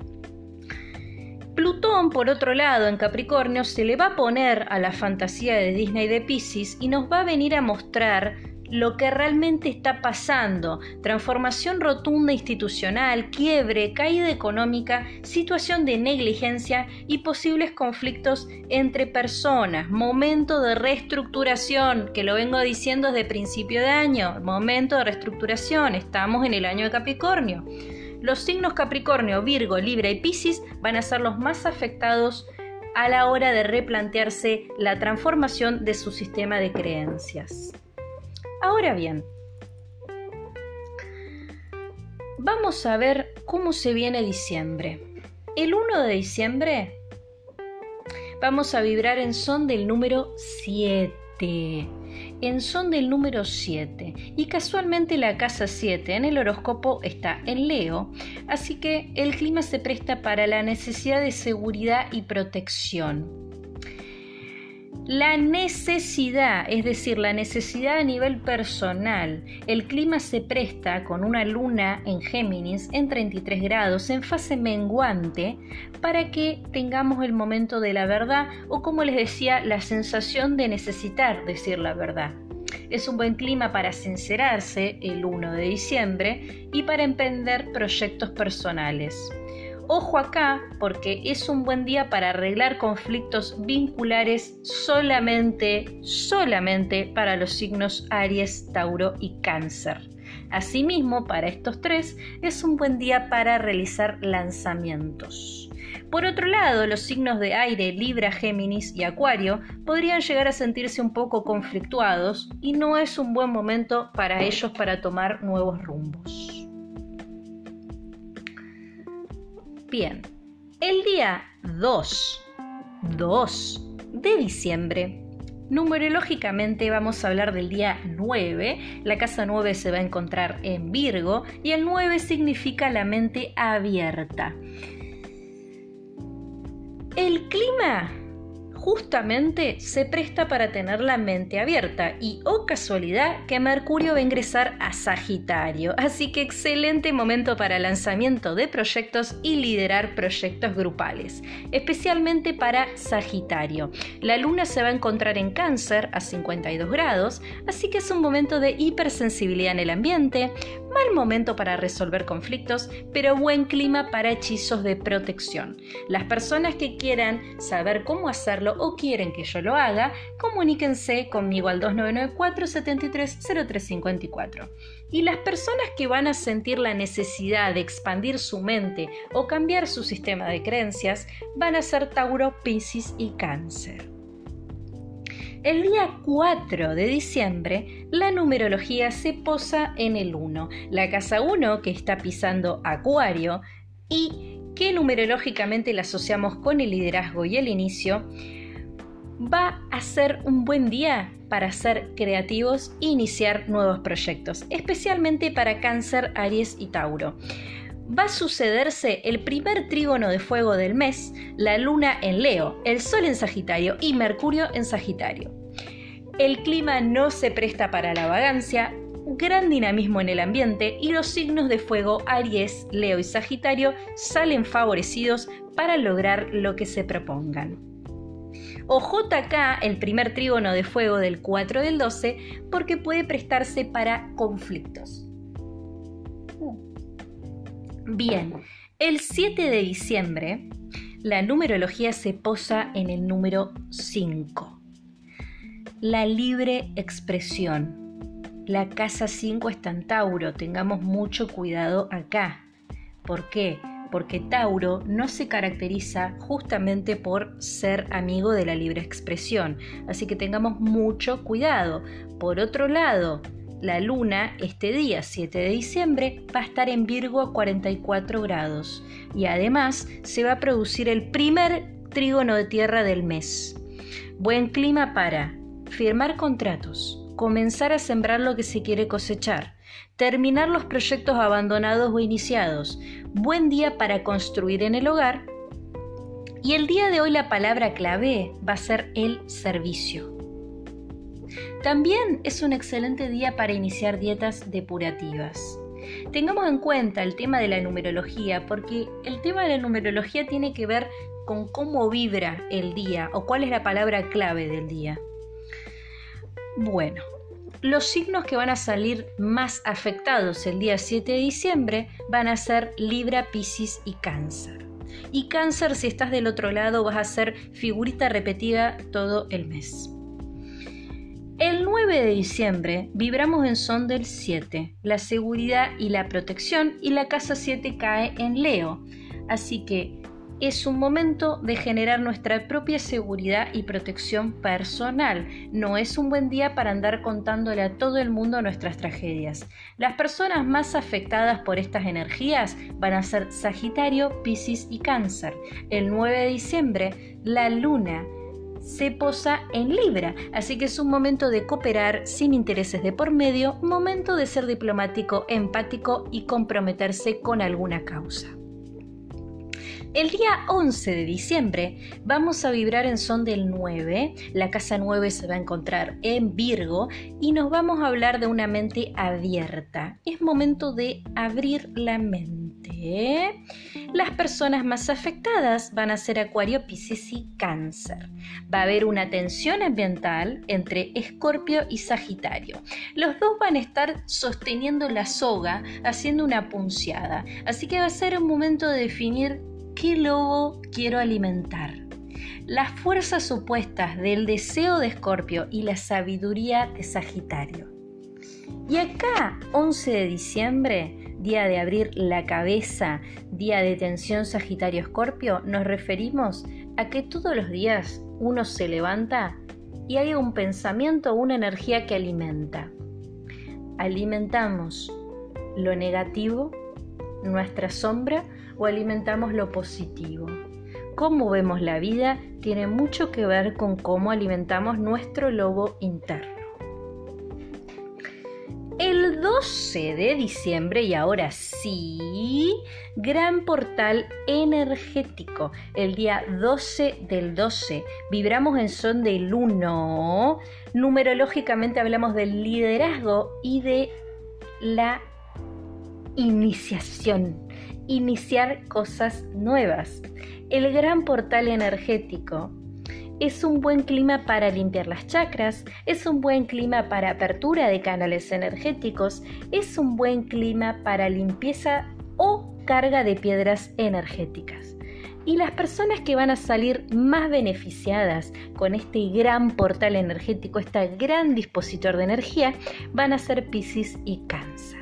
Plutón, por otro lado, en Capricornio, se le va a poner a la fantasía de Disney de Piscis y nos va a venir a mostrar lo que realmente está pasando: transformación rotunda institucional, quiebre, caída económica, situación de negligencia y posibles conflictos entre personas. Momento de reestructuración, que lo vengo diciendo desde principio de año. Momento de reestructuración, estamos en el año de Capricornio. Los signos Capricornio, Virgo, Libra y Piscis van a ser los más afectados a la hora de replantearse la transformación de su sistema de creencias. Ahora bien, vamos a ver cómo se viene diciembre. El primero de diciembre vamos a vibrar en son del número siete. En son del número siete, y casualmente la casa siete en el horóscopo está en Leo, así que el clima se presta para la necesidad de seguridad y protección. La necesidad, es decir, la necesidad a nivel personal. El clima se presta con una luna en Géminis en treinta y tres grados en fase menguante para que tengamos el momento de la verdad, o, como les decía, la sensación de necesitar decir la verdad. Es un buen clima para sincerarse el primero de diciembre y para emprender proyectos personales. Ojo acá, porque es un buen día para arreglar conflictos vinculares solamente, solamente para los signos Aries, Tauro y Cáncer. Asimismo, para estos tres es un buen día para realizar lanzamientos. Por otro lado, los signos de aire, Libra, Géminis y Acuario, podrían llegar a sentirse un poco conflictuados y no es un buen momento para ellos para tomar nuevos rumbos. Bien, el día dos de diciembre, numerológicamente vamos a hablar del día nueve. La casa nueve se va a encontrar en Virgo y el nueve significa la mente abierta. El clima justamente se presta para tener la mente abierta y, oh casualidad, que Mercurio va a ingresar a Sagitario, así que excelente momento para lanzamiento de proyectos y liderar proyectos grupales, especialmente para Sagitario. La luna se va a encontrar en Cáncer a cincuenta y dos grados, así que es un momento de hipersensibilidad en el ambiente, mal momento para resolver conflictos, pero buen clima para hechizos de protección. Las personas que quieran saber cómo hacerlo o quieren que yo lo haga, comuníquense conmigo al dos nueve nueve cuatro siete tres cero tres cinco cuatro. Y las personas que van a sentir la necesidad de expandir su mente o cambiar su sistema de creencias van a ser Tauro, Piscis y Cáncer. El día cuatro de diciembre, la numerología se posa en el uno. La casa uno, que está pisando Acuario y que numerológicamente la asociamos con el liderazgo y el inicio, va a ser un buen día para ser creativos e iniciar nuevos proyectos, especialmente para Cáncer, Aries y Tauro. Va a sucederse el primer trígono de fuego del mes, la luna en Leo, el sol en Sagitario y Mercurio en Sagitario. El clima no se presta para la vagancia, gran dinamismo en el ambiente y los signos de fuego Aries, Leo y Sagitario salen favorecidos para lograr lo que se propongan. Ojota acá el primer trígono de fuego del cuatro del doce porque puede prestarse para conflictos. Bien, el siete de diciembre la numerología se posa en el número cinco. La libre expresión. La casa cinco está en Tauro, tengamos mucho cuidado acá. ¿Por qué? Porque Tauro no se caracteriza justamente por ser amigo de la libre expresión, así que tengamos mucho cuidado. Por otro lado, la luna este día siete de diciembre va a estar en Virgo a cuarenta y cuatro grados y además se va a producir el primer trígono de tierra del mes. Buen clima para firmar contratos, comenzar a sembrar lo que se quiere cosechar, terminar los proyectos abandonados o iniciados. Buen día para construir en el hogar. Y el día de hoy la palabra clave va a ser el servicio. También es un excelente día para iniciar dietas depurativas. Tengamos en cuenta el tema de la numerología, porque el tema de la numerología tiene que ver con cómo vibra el día o cuál es la palabra clave del día. Bueno, Los signos que van a salir más afectados el día siete de diciembre van a ser Libra, Piscis y Cáncer. Y Cáncer, si estás del otro lado, vas a ser figurita repetida todo el mes. El nueve de diciembre vibramos en son del siete, la seguridad y la protección, y la casa siete cae en Leo. Así que es un momento de generar nuestra propia seguridad y protección personal. No es un buen día para andar contándole a todo el mundo nuestras tragedias. Las personas más afectadas por estas energías van a ser Sagitario, Piscis y Cáncer. El nueve de diciembre, la luna se posa en Libra, así que es un momento de cooperar sin intereses de por medio, momento de ser diplomático, empático y comprometerse con alguna causa. El día once de diciembre vamos a vibrar en son del nueve, la casa nueve se va a encontrar en Virgo y nos vamos a hablar de una mente abierta. Es momento de abrir la mente. Las personas más afectadas van a ser Acuario, Piscis y Cáncer. Va a haber una tensión ambiental entre Escorpio y Sagitario. Los dos van a estar sosteniendo la soga, haciendo una punceada. Así que va a ser un momento de definir ¿qué lobo quiero alimentar? Las fuerzas opuestas del deseo de Escorpio y la sabiduría de Sagitario. Y acá, once de diciembre, día de abrir la cabeza, día de tensión Sagitario-Escorpio, nos referimos a que todos los días uno se levanta y hay un pensamiento o una energía que alimenta. Alimentamos lo negativo, nuestra sombra, o alimentamos lo positivo. Cómo vemos la vida tiene mucho que ver con cómo alimentamos nuestro lobo interno. El doce de diciembre, y ahora sí, gran portal energético. El día doce del doce, vibramos en son del uno. Numerológicamente hablamos del liderazgo y de la iniciación. Iniciar cosas nuevas. El gran portal energético es un buen clima para limpiar las chakras, es un buen clima para apertura de canales energéticos, es un buen clima para limpieza o carga de piedras energéticas. Y las personas que van a salir más beneficiadas con este gran portal energético, este gran dispositor de energía, van a ser Piscis y Cáncer.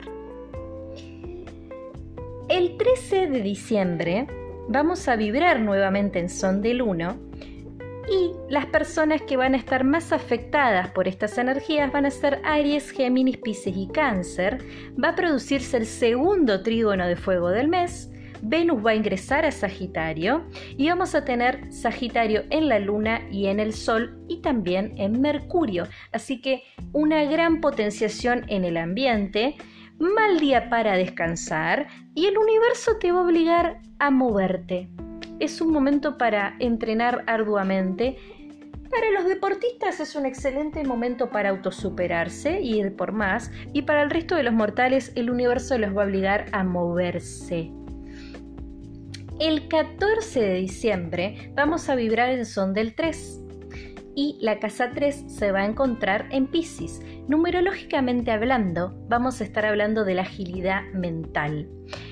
El trece de diciembre vamos a vibrar nuevamente en son del uno y las personas que van a estar más afectadas por estas energías van a ser Aries, Géminis, Piscis y Cáncer. Va a producirse el segundo trígono de fuego del mes. Venus va a ingresar a Sagitario y vamos a tener Sagitario en la Luna y en el Sol y también en Mercurio. Así que una gran potenciación en el ambiente. Mal día para descansar y el universo te va a obligar a moverte. Es un momento para entrenar arduamente. Para los deportistas es un excelente momento para autosuperarse y ir por más. Y para el resto de los mortales el universo los va a obligar a moverse. El catorce de diciembre vamos a vibrar en son del tres. Y la casa tres se va a encontrar en Piscis. Numerológicamente hablando, vamos a estar hablando de la agilidad mental.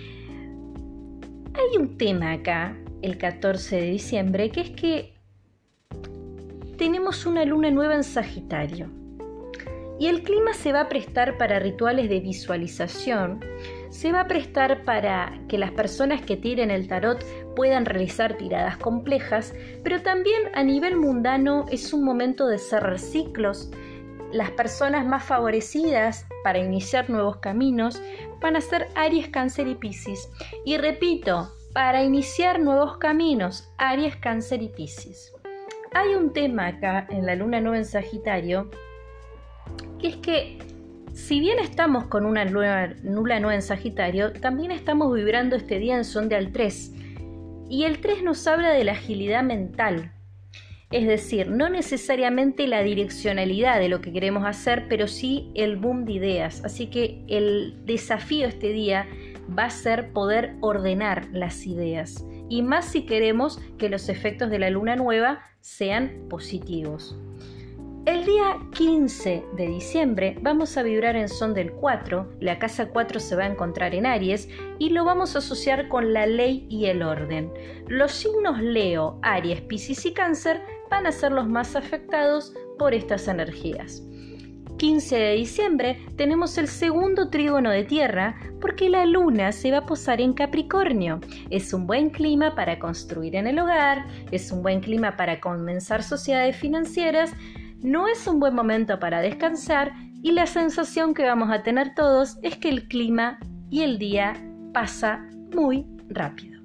Hay un tema acá, el catorce de diciembre, que es que tenemos una luna nueva en Sagitario. Y el clima se va a prestar para rituales de visualización, se va a prestar para que las personas que tiren el tarot puedan realizar tiradas complejas, pero también a nivel mundano es un momento de cerrar ciclos. Las personas más favorecidas para iniciar nuevos caminos van a ser Aries, Cáncer y Piscis. Y repito, para iniciar nuevos caminos, Aries, Cáncer y Piscis. Hay un tema acá en la luna nueva en Sagitario, que es que si bien estamos con una luna, luna nueva en Sagitario, también estamos vibrando este día en son de al tres. Y el tres nos habla de la agilidad mental. Es decir, no necesariamente la direccionalidad de lo que queremos hacer, pero sí el boom de ideas. Así que el desafío este día va a ser poder ordenar las ideas. Y más si queremos que los efectos de la luna nueva sean positivos. El día quince de diciembre vamos a vibrar en son del cuatro, la casa cuatro se va a encontrar en Aries y lo vamos a asociar con la ley y el orden. Los signos Leo, Aries, Piscis y Cáncer van a ser los más afectados por estas energías. quince de diciembre tenemos el segundo trígono de tierra porque la luna se va a posar en Capricornio. Es un buen clima para construir en el hogar, es un buen clima para comenzar sociedades financieras, no es un buen momento para descansar y la sensación que vamos a tener todos es que el clima y el día pasa muy rápido.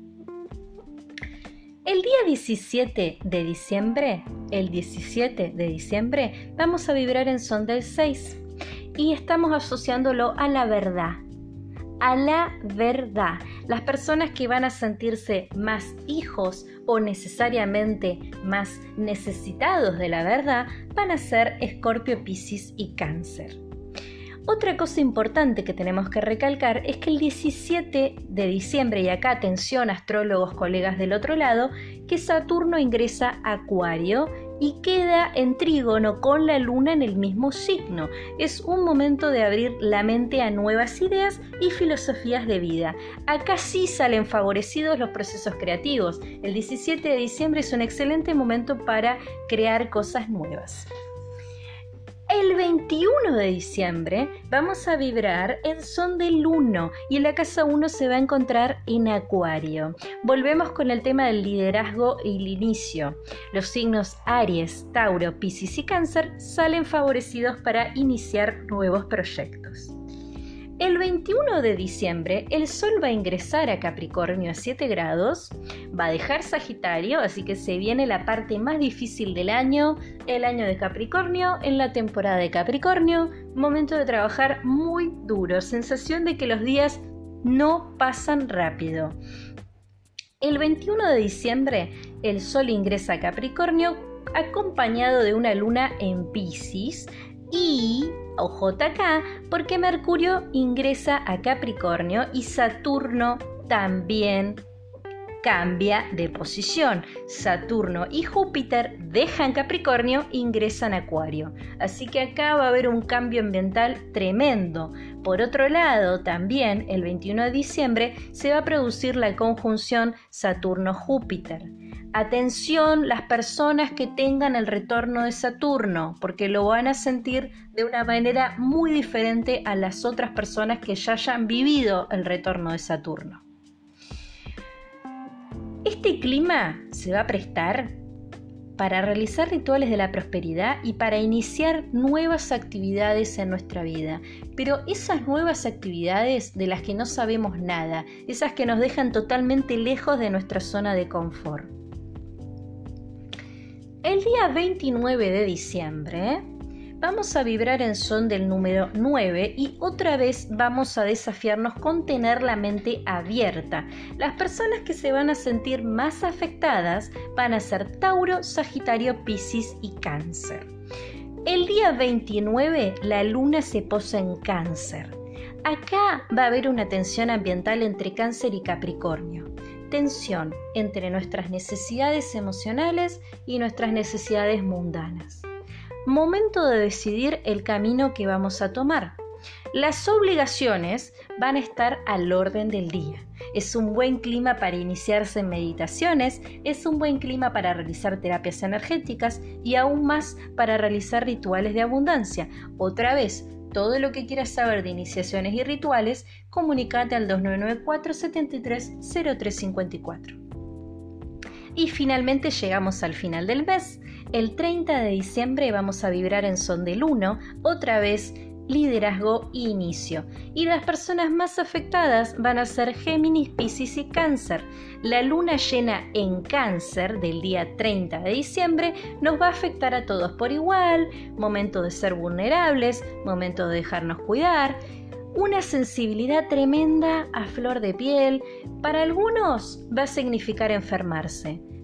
El día diecisiete de diciembre, el diecisiete de diciembre, vamos a vibrar en son del seis y estamos asociándolo a la verdad, a la verdad. Las personas que van a sentirse más hijos o necesariamente más necesitados de la verdad van a ser Escorpio, Piscis y Cáncer. Otra cosa importante que tenemos que recalcar es que el diecisiete de diciembre, y acá atención astrólogos colegas del otro lado, que Saturno ingresa a Acuario y queda en trígono con la luna en el mismo signo. Es un momento de abrir la mente a nuevas ideas y filosofías de vida. Acá sí salen favorecidos los procesos creativos. El diecisiete de diciembre es un excelente momento para crear cosas nuevas. El veintiuno de diciembre vamos a vibrar en son del uno y la casa uno se va a encontrar en Acuario. Volvemos con el tema del liderazgo y el inicio. Los signos Aries, Tauro, Piscis y Cáncer salen favorecidos para iniciar nuevos proyectos. El veintiuno de diciembre el Sol va a ingresar a Capricornio a siete grados, va a dejar Sagitario, así que se viene la parte más difícil del año, el año de Capricornio, en la temporada de Capricornio, momento de trabajar muy duro, sensación de que los días no pasan rápido. El veintiuno de diciembre el Sol ingresa a Capricornio acompañado de una luna en Piscis y ojo acá, porque Mercurio ingresa a Capricornio y Saturno también cambia de posición. Saturno y Júpiter dejan Capricornio e ingresan a Acuario. Así que acá va a haber un cambio ambiental tremendo. Por otro lado, también el veintiuno de diciembre se va a producir la conjunción Saturno-Júpiter. Atención las personas que tengan el retorno de Saturno, porque lo van a sentir de una manera muy diferente a las otras personas que ya hayan vivido el retorno de Saturno. Este clima se va a prestar para realizar rituales de la prosperidad y para iniciar nuevas actividades en nuestra vida. Pero esas nuevas actividades de las que no sabemos nada, esas que nos dejan totalmente lejos de nuestra zona de confort. El día veintinueve de diciembre vamos a vibrar en son del número nueve y otra vez vamos a desafiarnos con tener la mente abierta. Las personas que se van a sentir más afectadas van a ser Tauro, Sagitario, Piscis y Cáncer. El día veintinueve la luna se posa en Cáncer. Acá va a haber una tensión ambiental entre Cáncer y Capricornio. Tensión entre nuestras necesidades emocionales y nuestras necesidades mundanas. Momento de decidir el camino que vamos a tomar. Las obligaciones van a estar al orden del día. Es un buen clima para iniciarse en meditaciones, es un buen clima para realizar terapias energéticas y aún más para realizar rituales de abundancia. Otra vez, todo lo que quieras saber de iniciaciones y rituales, comunícate al dos nueve nueve cuatro siete tres cero tres cinco cuatro. Y finalmente llegamos al final del mes. El treinta de diciembre vamos a vibrar en son del uno, otra vez liderazgo e inicio. Y las personas más afectadas van a ser Géminis, Piscis y Cáncer. La luna llena en Cáncer del día treinta de diciembre nos va a afectar a todos por igual, momento de ser vulnerables, momento de dejarnos cuidar, una sensibilidad tremenda a flor de piel. Para algunos va a significar enfermarse,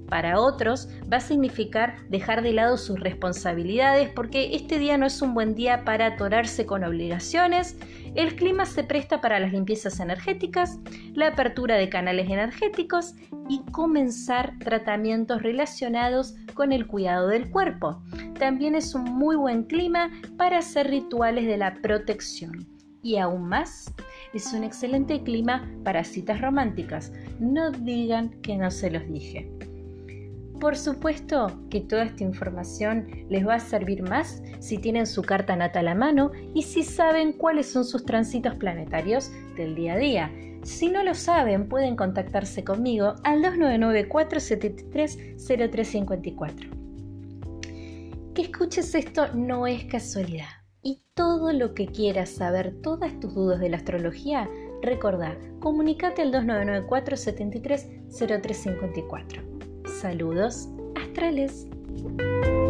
Para otros va a significar dejar de lado sus responsabilidades porque este día no es un buen día para atorarse con obligaciones. El clima se presta para las limpiezas energéticas, la apertura de canales energéticos y comenzar tratamientos relacionados con el cuidado del cuerpo. También es un muy buen clima para hacer rituales de la protección. Y aún más, es un excelente clima para citas románticas. No digan que no se los dije. Por supuesto que toda esta información les va a servir más si tienen su carta natal a mano y si saben cuáles son sus tránsitos planetarios del día a día. Si no lo saben, pueden contactarse conmigo al dos nueve nueve, cuatro siete tres, cero tres cinco cuatro. Que escuches esto no es casualidad. Y todo lo que quieras saber, todas tus dudas de la astrología, recordá, comunícate al dos nueve nueve, cuatro siete tres, cero tres cinco cuatro. Saludos astrales.